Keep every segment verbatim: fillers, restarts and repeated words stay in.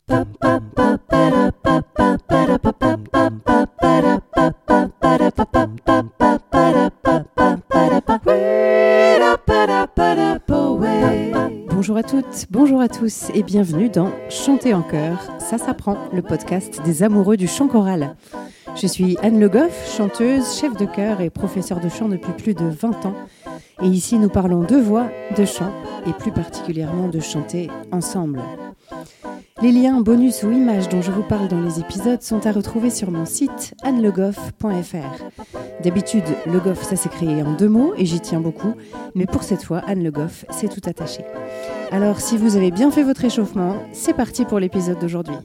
Bonjour à toutes, bonjour à tous et bienvenue dans Chanter en chœur, ça s'apprend, le podcast des amoureux du chant choral. Je suis Anne Le Goff, chanteuse, chef de chœur et professeure de chant depuis plus de vingt ans. Et ici, nous parlons de voix, de chant et plus particulièrement de chanter ensemble. Les liens, bonus ou images dont je vous parle dans les épisodes sont à retrouver sur mon site anne le goff point f r. D'habitude, Le Goff, ça s'écrit en deux mots et j'y tiens beaucoup, mais pour cette fois, Anne Le Goff, c'est tout attaché. Alors, si vous avez bien fait votre échauffement, c'est parti pour l'épisode d'aujourd'hui.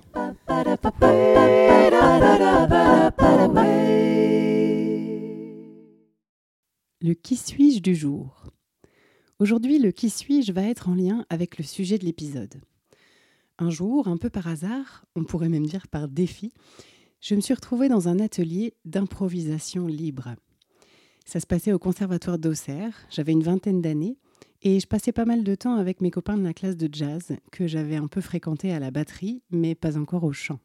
Le qui suis-je du jour. Aujourd'hui, le qui suis-je va être en lien avec le sujet de l'épisode. Un jour, un peu par hasard, on pourrait même dire par défi, je me suis retrouvée dans un atelier d'improvisation libre. Ça se passait au Conservatoire d'Auxerre, j'avais une vingtaine d'années et je passais pas mal de temps avec mes copains de la classe de jazz que j'avais un peu fréquenté à la batterie, mais pas encore au chant.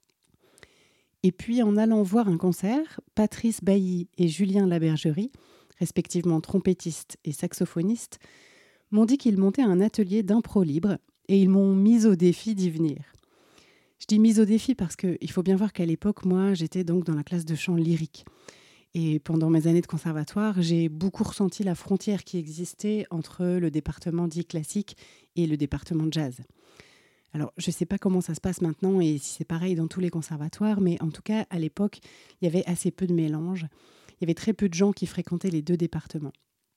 Et puis en allant voir un concert, Patrice Bailly et Julien Labergerie, respectivement trompettistes et saxophonistes, m'ont dit qu'ils montaient un atelier d'impro libre et ils m'ont mise au défi d'y venir. Je dis mise au défi parce qu'il faut bien voir qu'à l'époque, moi, j'étais donc dans la classe de chant lyrique. Et pendant mes années de conservatoire, j'ai beaucoup ressenti la frontière qui existait entre le département dit classique et le département jazz. Alors, je ne sais pas comment ça se passe maintenant et si c'est pareil dans tous les conservatoires, mais en tout cas, à l'époque, il y avait assez peu de mélange. Il y avait très peu de gens qui fréquentaient les deux départements.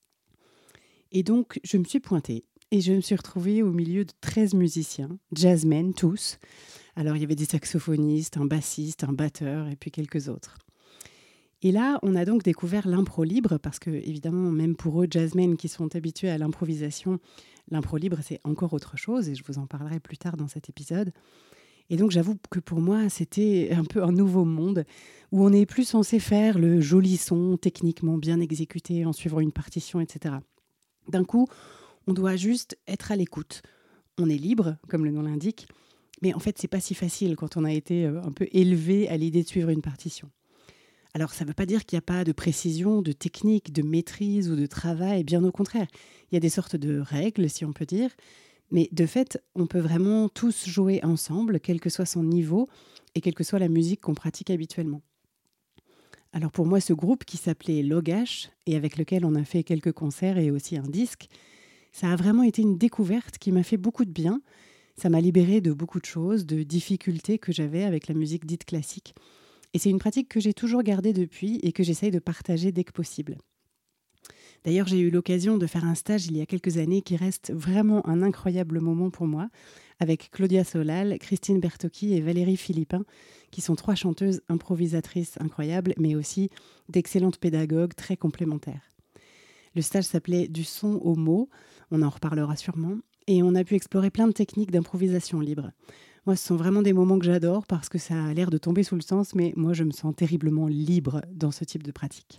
Et donc, je me suis pointée et je me suis retrouvée au milieu de treize musiciens, jazzmen tous. Alors, il y avait des saxophonistes, un bassiste, un batteur et puis quelques autres. Et là, on a donc découvert l'impro libre parce que, évidemment, même pour eux, jazzmen qui sont habitués à l'improvisation, l'impro libre, c'est encore autre chose et je vous en parlerai plus tard dans cet épisode. Et donc, j'avoue que pour moi, c'était un peu un nouveau monde où on n'est plus censé faire le joli son techniquement bien exécuté en suivant une partition, et cetera. D'un coup, on doit juste être à l'écoute. On est libre, comme le nom l'indique, mais en fait, c'est pas si facile quand on a été un peu élevé à l'idée de suivre une partition. Alors, ça ne veut pas dire qu'il n'y a pas de précision, de technique, de maîtrise ou de travail, bien au contraire. Il y a des sortes de règles, si on peut dire, mais de fait, on peut vraiment tous jouer ensemble, quel que soit son niveau et quelle que soit la musique qu'on pratique habituellement. Alors pour moi, ce groupe qui s'appelait Logash et avec lequel on a fait quelques concerts et aussi un disque, ça a vraiment été une découverte qui m'a fait beaucoup de bien. Ça m'a libérée de beaucoup de choses, de difficultés que j'avais avec la musique dite classique. Et c'est une pratique que j'ai toujours gardée depuis et que j'essaye de partager dès que possible. D'ailleurs, j'ai eu l'occasion de faire un stage il y a quelques années qui reste vraiment un incroyable moment pour moi, avec Claudia Solal, Christine Bertocchi et Valérie Philippin, qui sont trois chanteuses improvisatrices incroyables, mais aussi d'excellentes pédagogues très complémentaires. Le stage s'appelait « Du son au mot », on en reparlera sûrement, et on a pu explorer plein de techniques d'improvisation libre. Moi, ce sont vraiment des moments que j'adore parce que ça a l'air de tomber sous le sens, mais moi, je me sens terriblement libre dans ce type de pratique.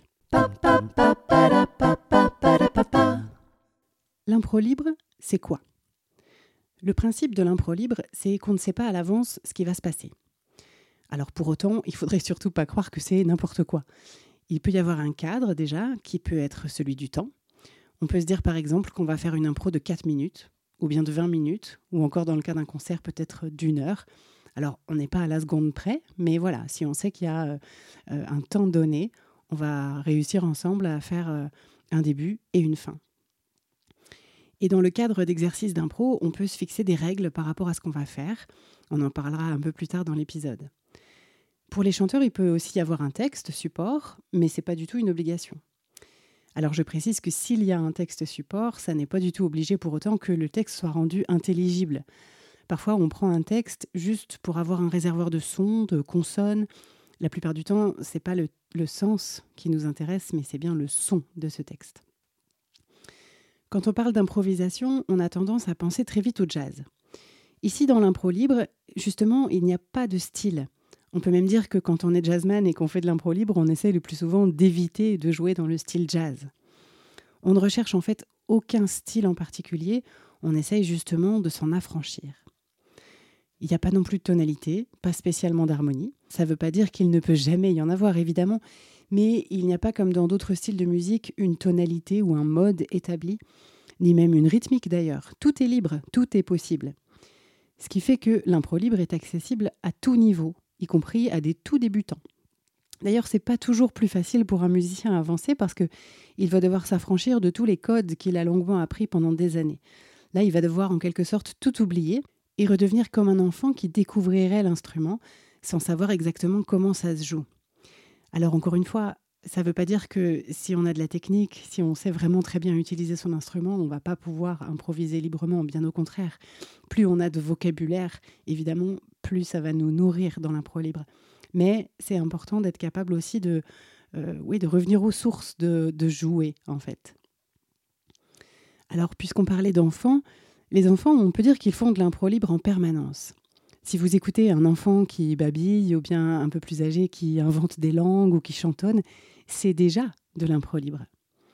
L'impro libre, c'est quoi ? Le principe de l'impro libre, c'est qu'on ne sait pas à l'avance ce qui va se passer. Alors pour autant, il ne faudrait surtout pas croire que c'est n'importe quoi. Il peut y avoir un cadre déjà, qui peut être celui du temps. On peut se dire par exemple qu'on va faire une impro de quatre minutes, ou bien de vingt minutes, ou encore dans le cas d'un concert peut-être d'une heure. Alors on n'est pas à la seconde près, mais voilà, si on sait qu'il y a euh, un temps donné, on va réussir ensemble à faire euh, un début et une fin. Et dans le cadre d'exercices d'impro, on peut se fixer des règles par rapport à ce qu'on va faire. On en parlera un peu plus tard dans l'épisode. Pour les chanteurs, il peut aussi y avoir un texte support, mais ce n'est pas du tout une obligation. Alors je précise que s'il y a un texte support, ça n'est pas du tout obligé pour autant que le texte soit rendu intelligible. Parfois, on prend un texte juste pour avoir un réservoir de sons, de consonnes. La plupart du temps, ce n'est pas le, le sens qui nous intéresse, mais c'est bien le son de ce texte. Quand on parle d'improvisation, on a tendance à penser très vite au jazz. Ici, dans l'impro libre, justement, il n'y a pas de style. On peut même dire que quand on est jazzman et qu'on fait de l'impro libre, on essaie le plus souvent d'éviter de jouer dans le style jazz. On ne recherche en fait aucun style en particulier, on essaye justement de s'en affranchir. Il n'y a pas non plus de tonalité, pas spécialement d'harmonie. Ça ne veut pas dire qu'il ne peut jamais y en avoir, évidemment, mais il n'y a pas, comme dans d'autres styles de musique, une tonalité ou un mode établi, ni même une rythmique d'ailleurs. Tout est libre, tout est possible. Ce qui fait que l'impro libre est accessible à tout niveau, y compris à des tout débutants. D'ailleurs, c'est pas toujours plus facile pour un musicien avancé parce qu'il va devoir s'affranchir de tous les codes qu'il a longuement appris pendant des années. Là, il va devoir en quelque sorte tout oublier et redevenir comme un enfant qui découvrirait l'instrument sans savoir exactement comment ça se joue. Alors encore une fois, ça ne veut pas dire que si on a de la technique, si on sait vraiment très bien utiliser son instrument, on ne va pas pouvoir improviser librement, bien au contraire. Plus on a de vocabulaire, évidemment, plus ça va nous nourrir dans l'impro libre. Mais c'est important d'être capable aussi de, euh, oui, de revenir aux sources, de, de jouer en fait. Alors puisqu'on parlait d'enfants, les enfants, on peut dire qu'ils font de l'impro libre en permanence. Si vous écoutez un enfant qui babille ou bien un peu plus âgé qui invente des langues ou qui chantonne, c'est déjà de l'impro libre.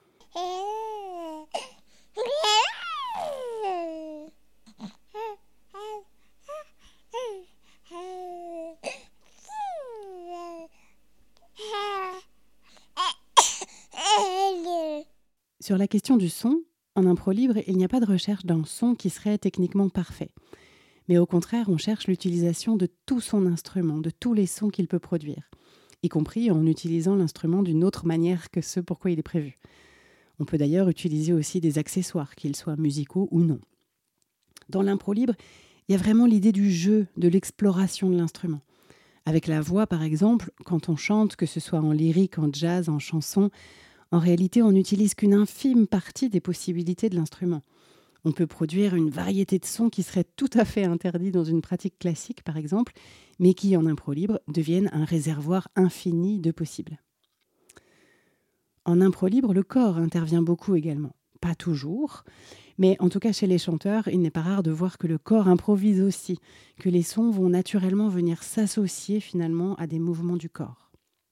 Sur la question du son, en impro libre, il n'y a pas de recherche d'un son qui serait techniquement parfait. Mais au contraire, on cherche l'utilisation de tout son instrument, de tous les sons qu'il peut produire, y compris en utilisant l'instrument d'une autre manière que ce pour quoi il est prévu. On peut d'ailleurs utiliser aussi des accessoires, qu'ils soient musicaux ou non. Dans l'impro libre, il y a vraiment l'idée du jeu, de l'exploration de l'instrument. Avec la voix, par exemple, quand on chante, que ce soit en lyrique, en jazz, en chanson, en réalité, on n'utilise qu'une infime partie des possibilités de l'instrument. On peut produire une variété de sons qui seraient tout à fait interdits dans une pratique classique, par exemple, mais qui, en impro libre, deviennent un réservoir infini de possibles. En impro libre, le corps intervient beaucoup également. Pas toujours, mais en tout cas chez les chanteurs, il n'est pas rare de voir que le corps improvise aussi, que les sons vont naturellement venir s'associer finalement à des mouvements du corps.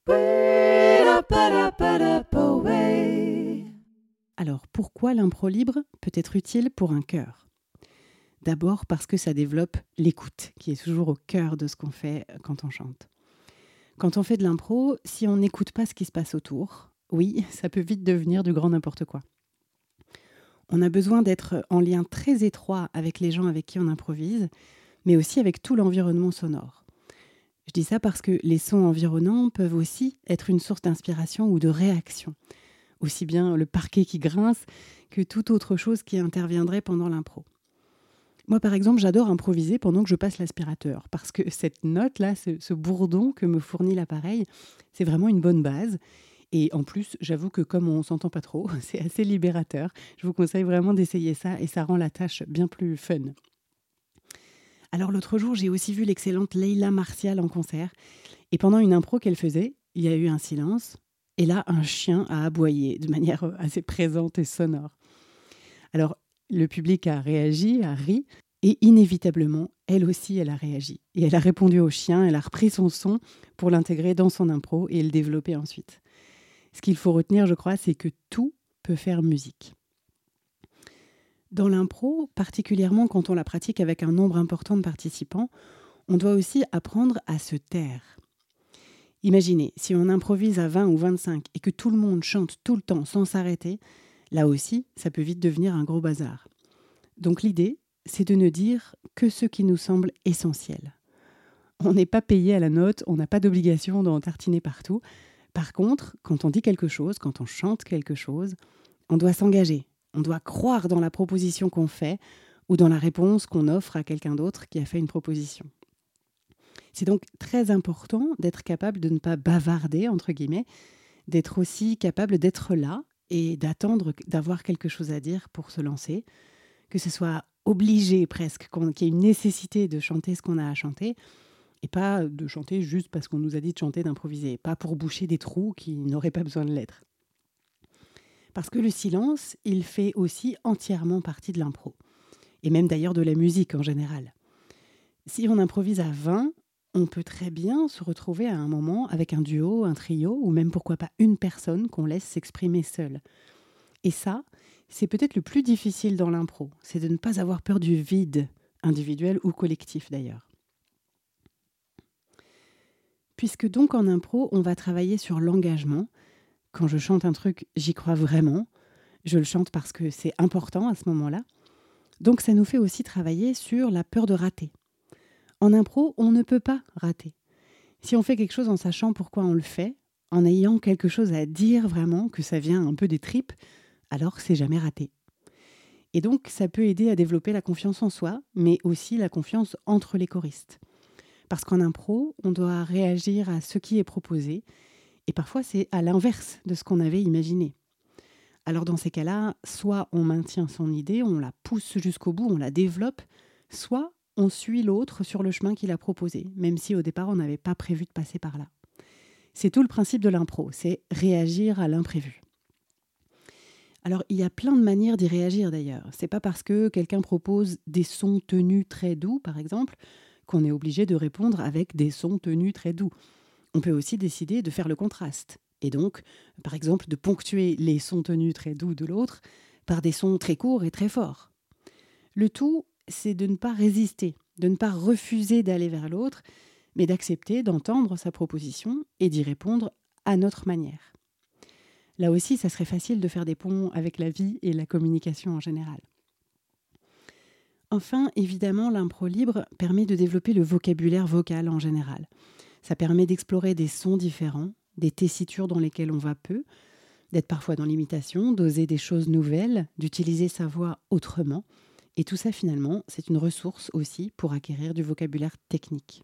Alors, pourquoi l'impro libre peut être utile pour un chœur ? D'abord parce que ça développe l'écoute, qui est toujours au cœur de ce qu'on fait quand on chante. Quand on fait de l'impro, si on n'écoute pas ce qui se passe autour, oui, ça peut vite devenir du grand n'importe quoi. On a besoin d'être en lien très étroit avec les gens avec qui on improvise, mais aussi avec tout l'environnement sonore. Je dis ça parce que les sons environnants peuvent aussi être une source d'inspiration ou de réaction. Aussi bien le parquet qui grince que toute autre chose qui interviendrait pendant l'impro. Moi, par exemple, j'adore improviser pendant que je passe l'aspirateur, parce que cette note-là, ce, ce bourdon que me fournit l'appareil, c'est vraiment une bonne base. Et en plus, j'avoue que comme on ne s'entend pas trop, c'est assez libérateur. Je vous conseille vraiment d'essayer ça et ça rend la tâche bien plus fun. Alors l'autre jour, j'ai aussi vu l'excellente Leila Martial en concert. Et pendant une impro qu'elle faisait, il y a eu un silence. Et là, un chien a aboyé de manière assez présente et sonore. Alors, le public a réagi, a ri, et inévitablement, elle aussi, elle a réagi. Et elle a répondu au chien, elle a repris son son pour l'intégrer dans son impro et le développer ensuite. Ce qu'il faut retenir, je crois, c'est que tout peut faire musique. Dans l'impro, particulièrement quand on la pratique avec un nombre important de participants, on doit aussi apprendre à se taire. Imaginez, si on improvise à vingt ou vingt-cinq et que tout le monde chante tout le temps sans s'arrêter, là aussi, ça peut vite devenir un gros bazar. Donc l'idée, c'est de ne dire que ce qui nous semble essentiel. On n'est pas payé à la note, on n'a pas d'obligation d'en tartiner partout. Par contre, quand on dit quelque chose, quand on chante quelque chose, on doit s'engager. On doit croire dans la proposition qu'on fait ou dans la réponse qu'on offre à quelqu'un d'autre qui a fait une proposition. C'est donc très important d'être capable de ne pas bavarder, entre guillemets, d'être aussi capable d'être là et d'attendre d'avoir quelque chose à dire pour se lancer, que ce soit obligé presque, qu'il y ait une nécessité de chanter ce qu'on a à chanter, et pas de chanter juste parce qu'on nous a dit de chanter, d'improviser, pas pour boucher des trous qui n'auraient pas besoin de l'être. Parce que le silence, il fait aussi entièrement partie de l'impro, et même d'ailleurs de la musique en général. Si on improvise à vingt, on peut très bien se retrouver à un moment avec un duo, un trio, ou même pourquoi pas une personne qu'on laisse s'exprimer seule. Et ça, c'est peut-être le plus difficile dans l'impro, c'est de ne pas avoir peur du vide, individuel ou collectif d'ailleurs. puisque donc en impro, on va travailler sur l'engagement. Quand je chante un truc, j'y crois vraiment. Je le chante parce que c'est important à ce moment-là. Donc ça nous fait aussi travailler sur la peur de rater. En impro, on ne peut pas rater. Si on fait quelque chose en sachant pourquoi on le fait, en ayant quelque chose à dire vraiment, que ça vient un peu des tripes, alors c'est jamais raté. Et donc ça peut aider à développer la confiance en soi, mais aussi la confiance entre les choristes. Parce qu'en impro, on doit réagir à ce qui est proposé, et parfois c'est à l'inverse de ce qu'on avait imaginé. Alors dans ces cas-là, soit on maintient son idée, on la pousse jusqu'au bout, on la développe, soit on suit l'autre sur le chemin qu'il a proposé, même si au départ on n'avait pas prévu de passer par là. C'est tout le principe de l'impro, c'est réagir à l'imprévu. Alors il y a plein de manières d'y réagir d'ailleurs. C'est pas parce que quelqu'un propose des sons tenus très doux, par exemple, qu'on est obligé de répondre avec des sons tenus très doux. On peut aussi décider de faire le contraste. Et donc, par exemple, de ponctuer les sons tenus très doux de l'autre par des sons très courts et très forts. Le tout, c'est de ne pas résister, de ne pas refuser d'aller vers l'autre, mais d'accepter d'entendre sa proposition et d'y répondre à notre manière. Là aussi, ça serait facile de faire des ponts avec la vie et la communication en général. Enfin, évidemment, l'impro libre permet de développer le vocabulaire vocal en général. Ça permet d'explorer des sons différents, des tessitures dans lesquelles on va peu, d'être parfois dans l'imitation, d'oser des choses nouvelles, d'utiliser sa voix autrement. Et tout ça, finalement, c'est une ressource aussi pour acquérir du vocabulaire technique.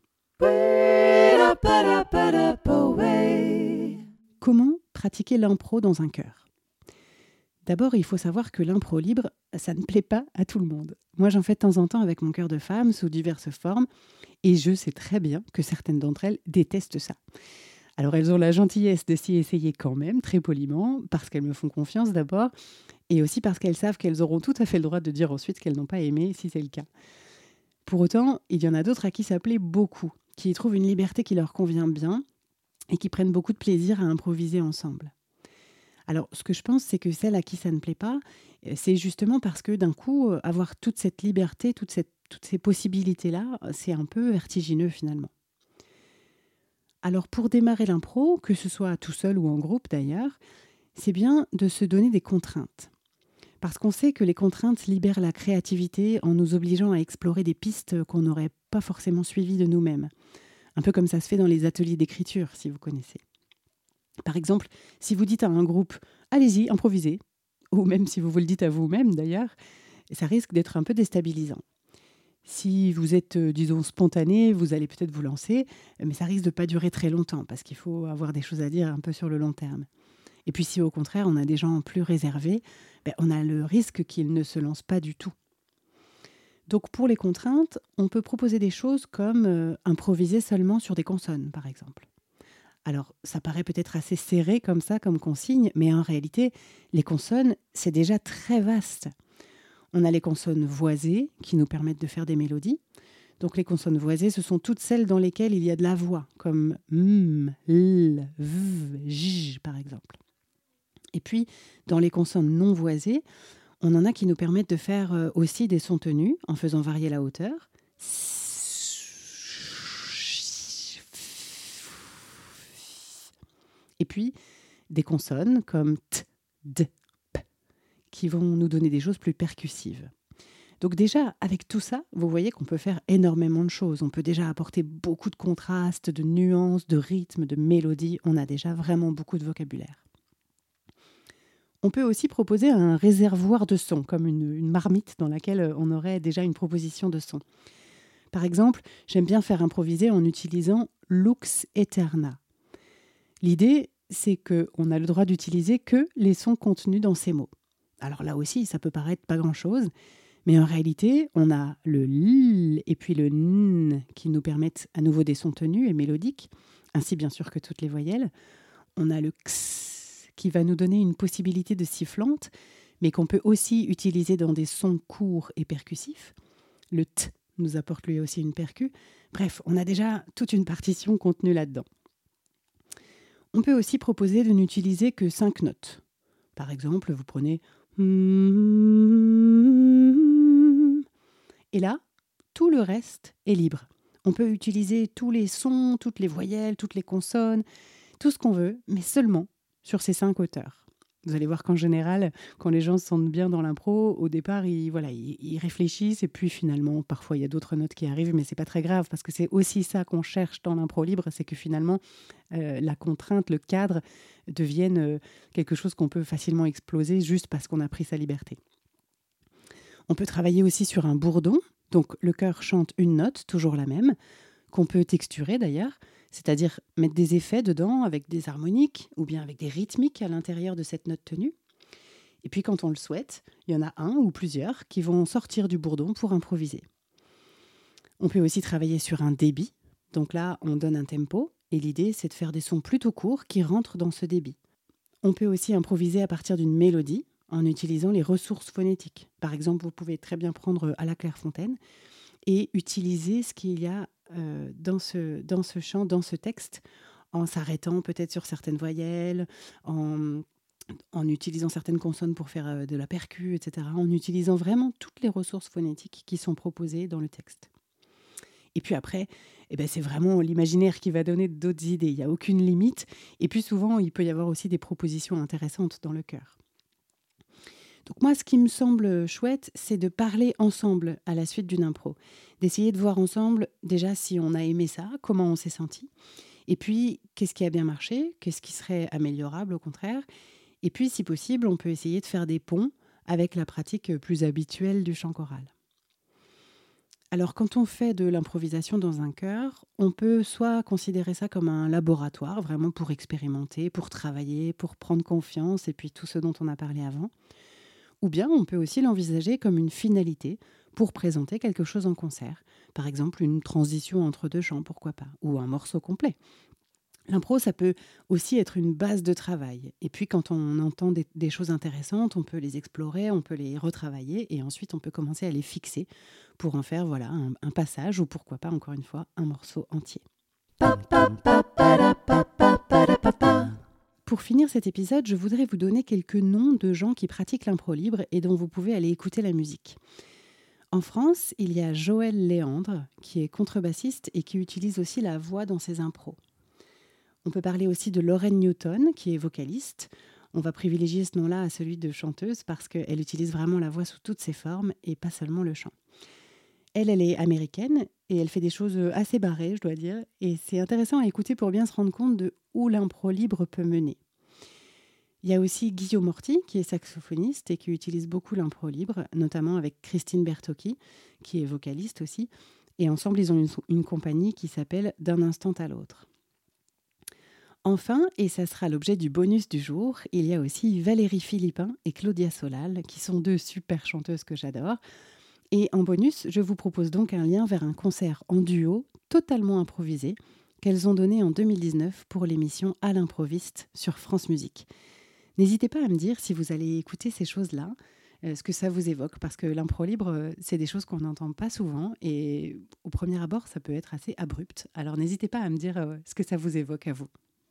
Comment pratiquer l'impro dans un chœur ? D'abord, il faut savoir que l'impro libre, ça ne plaît pas à tout le monde. Moi, j'en fais de temps en temps avec mon chœur de femme, sous diverses formes, et je sais très bien que certaines d'entre elles détestent ça. Alors, elles ont la gentillesse de s'y essayer quand même, très poliment, parce qu'elles me font confiance d'abord, et aussi parce qu'elles savent qu'elles auront tout à fait le droit de dire ensuite qu'elles n'ont pas aimé, si c'est le cas. Pour autant, il y en a d'autres à qui ça plaît beaucoup, qui y trouvent une liberté qui leur convient bien, et qui prennent beaucoup de plaisir à improviser ensemble. Alors, ce que je pense, c'est que celles à qui ça ne plaît pas, c'est justement parce que d'un coup, avoir toute cette liberté, toute cette, toutes ces possibilités-là, c'est un peu vertigineux finalement. Alors, pour démarrer l'impro, que ce soit tout seul ou en groupe d'ailleurs, c'est bien de se donner des contraintes. Parce qu'on sait que les contraintes libèrent la créativité en nous obligeant à explorer des pistes qu'on n'aurait pas forcément suivies de nous-mêmes. Un peu comme ça se fait dans les ateliers d'écriture, si vous connaissez. Par exemple, si vous dites à un groupe « allez-y, improvisez », ou même si vous vous le dites à vous-même d'ailleurs, ça risque d'être un peu déstabilisant. Si vous êtes, euh, disons, spontané, vous allez peut-être vous lancer, mais ça risque de ne pas durer très longtemps, parce qu'il faut avoir des choses à dire un peu sur le long terme. Et puis si au contraire, on a des gens plus réservés, ben, on a le risque qu'ils ne se lancent pas du tout. Donc pour les contraintes, on peut proposer des choses comme euh, improviser seulement sur des consonnes, par exemple. Alors, ça paraît peut-être assez serré comme ça, comme consigne, mais en réalité, les consonnes, c'est déjà très vaste. On a les consonnes voisées qui nous permettent de faire des mélodies. Donc les consonnes voisées, ce sont toutes celles dans lesquelles il y a de la voix, comme m, l, v, j, par exemple. Et puis, dans les consonnes non voisées, on en a qui nous permettent de faire aussi des sons tenus en faisant varier la hauteur. Et puis, des consonnes comme t, d, p, qui vont nous donner des choses plus percussives. Donc déjà, avec tout ça, vous voyez qu'on peut faire énormément de choses. On peut déjà apporter beaucoup de contrastes, de nuances, de rythmes, de mélodies. On a déjà vraiment beaucoup de vocabulaire. On peut aussi proposer un réservoir de sons, comme une, une marmite dans laquelle on aurait déjà une proposition de son. Par exemple, j'aime bien faire improviser en utilisant lux aeterna. L'idée, c'est qu'on a le droit d'utiliser que les sons contenus dans ces mots. Alors là aussi, ça peut paraître pas grand-chose, mais en réalité, on a le l et puis le n qui nous permettent à nouveau des sons tenus et mélodiques, ainsi bien sûr que toutes les voyelles. On a le x qui va nous donner une possibilité de sifflante, mais qu'on peut aussi utiliser dans des sons courts et percussifs. Le t nous apporte lui aussi une percu. Bref, on a déjà toute une partition contenue là-dedans. On peut aussi proposer de n'utiliser que cinq notes. Par exemple, vous prenez et là, tout le reste est libre. On peut utiliser tous les sons, toutes les voyelles, toutes les consonnes, tout ce qu'on veut, mais seulement sur ces cinq hauteurs. Vous allez voir qu'en général, quand les gens se sentent bien dans l'impro, au départ, ils, voilà, ils, ils réfléchissent et puis finalement, parfois, il y a d'autres notes qui arrivent, mais c'est pas très grave parce que c'est aussi ça qu'on cherche dans l'impro libre, c'est que finalement, euh, la contrainte, le cadre devienne euh, quelque chose qu'on peut facilement exploser juste parce qu'on a pris sa liberté. On peut travailler aussi sur un bourdon, donc le chœur chante une note, toujours la même, qu'on peut texturer d'ailleurs, c'est-à-dire mettre des effets dedans avec des harmoniques ou bien avec des rythmiques à l'intérieur de cette note tenue. Et puis quand on le souhaite, il y en a un ou plusieurs qui vont sortir du bourdon pour improviser. On peut aussi travailler sur un débit, donc là on donne un tempo et l'idée c'est de faire des sons plutôt courts qui rentrent dans ce débit. On peut aussi improviser à partir d'une mélodie en utilisant les ressources phonétiques. Par exemple, vous pouvez très bien prendre à la Clairefontaine et utiliser ce qu'il y a euh, dans, ce, dans ce chant, dans ce texte, en s'arrêtant peut-être sur certaines voyelles, en, en utilisant certaines consonnes pour faire euh, de la percu, et cetera, en utilisant vraiment toutes les ressources phonétiques qui sont proposées dans le texte. Et puis après, eh ben, c'est vraiment l'imaginaire qui va donner d'autres idées. Il n'y a aucune limite. Et puis souvent, il peut y avoir aussi des propositions intéressantes dans le chœur. Donc moi, ce qui me semble chouette, c'est de parler ensemble à la suite d'une impro. D'essayer de voir ensemble déjà si on a aimé ça, comment on s'est senti. Et puis, qu'est-ce qui a bien marché, qu'est-ce qui serait améliorable au contraire. Et puis, si possible, on peut essayer de faire des ponts avec la pratique plus habituelle du chant choral. Alors, quand on fait de l'improvisation dans un chœur, on peut soit considérer ça comme un laboratoire, vraiment pour expérimenter, pour travailler, pour prendre confiance, et puis tout ce dont on a parlé avant. Ou bien on peut aussi l'envisager comme une finalité pour présenter quelque chose en concert. Par exemple, une transition entre deux chants, pourquoi pas, ou un morceau complet. L'impro, ça peut aussi être une base de travail. Et puis, quand on entend des, des choses intéressantes, on peut les explorer, on peut les retravailler, et ensuite, on peut commencer à les fixer pour en faire voilà, un, un passage, ou pourquoi pas, encore une fois, un morceau entier. Pour finir cet épisode, je voudrais vous donner quelques noms de gens qui pratiquent l'impro libre et dont vous pouvez aller écouter la musique. En France, il y a Joël Léandre, qui est contrebassiste et qui utilise aussi la voix dans ses impros. On peut parler aussi de Lorraine Newton, qui est vocaliste. On va privilégier ce nom-là à celui de chanteuse parce qu'elle utilise vraiment la voix sous toutes ses formes et pas seulement le chant. Elle, elle est américaine et elle fait des choses assez barrées, je dois dire. Et c'est intéressant à écouter pour bien se rendre compte de où l'impro libre peut mener. Il y a aussi Guillaume Morty, qui est saxophoniste et qui utilise beaucoup l'impro libre, notamment avec Christine Bertocchi, qui est vocaliste aussi. Et ensemble, ils ont une, une compagnie qui s'appelle D'un instant à l'autre. Enfin, et ça sera l'objet du bonus du jour, il y a aussi Valérie Philippin et Claudia Solal, qui sont deux super chanteuses que j'adore. Et en bonus, je vous propose donc un lien vers un concert en duo, totalement improvisé, qu'elles ont donné en deux mille dix-neuf pour l'émission À l'improviste sur France Musique. N'hésitez pas à me dire si vous allez écouter ces choses-là, euh, ce que ça vous évoque, parce que l'impro libre, euh, c'est des choses qu'on n'entend pas souvent et au premier abord, ça peut être assez abrupt. Alors n'hésitez pas à me dire euh, ce que ça vous évoque à vous.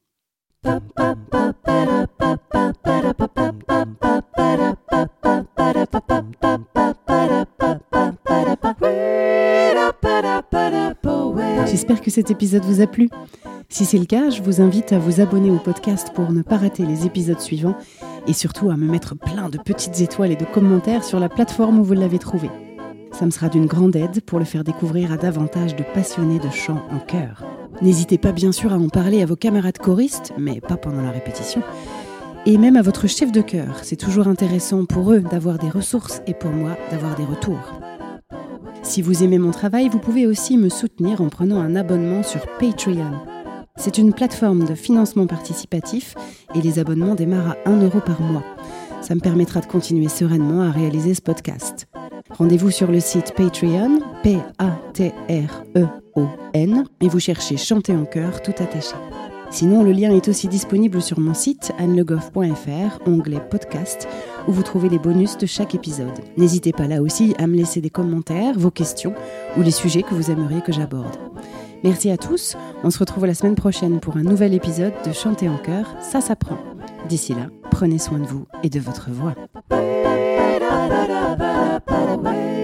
J'espère que cet épisode vous a plu. Si c'est le cas, je vous invite à vous abonner au podcast pour ne pas rater les épisodes suivants et surtout à me mettre plein de petites étoiles et de commentaires sur la plateforme où vous l'avez trouvé. Ça me sera d'une grande aide pour le faire découvrir à davantage de passionnés de chant en chœur. N'hésitez pas bien sûr à en parler à vos camarades choristes, mais pas pendant la répétition, et même à votre chef de chœur. C'est toujours intéressant pour eux d'avoir des ressources et pour moi d'avoir des retours. Si vous aimez mon travail, vous pouvez aussi me soutenir en prenant un abonnement sur Patreon. C'est une plateforme de financement participatif et les abonnements démarrent à un euro par mois. Ça me permettra de continuer sereinement à réaliser ce podcast. Rendez-vous sur le site Patreon, P A T R E O N, et vous cherchez Chanter en chœur tout attaché. Sinon, le lien est aussi disponible sur mon site annelegoff point f r, onglet podcast, où vous trouvez les bonus de chaque épisode. N'hésitez pas là aussi à me laisser des commentaires, vos questions ou les sujets que vous aimeriez que j'aborde. Merci à tous, on se retrouve la semaine prochaine pour un nouvel épisode de Chanter en chœur, ça s'apprend. D'ici là, prenez soin de vous et de votre voix.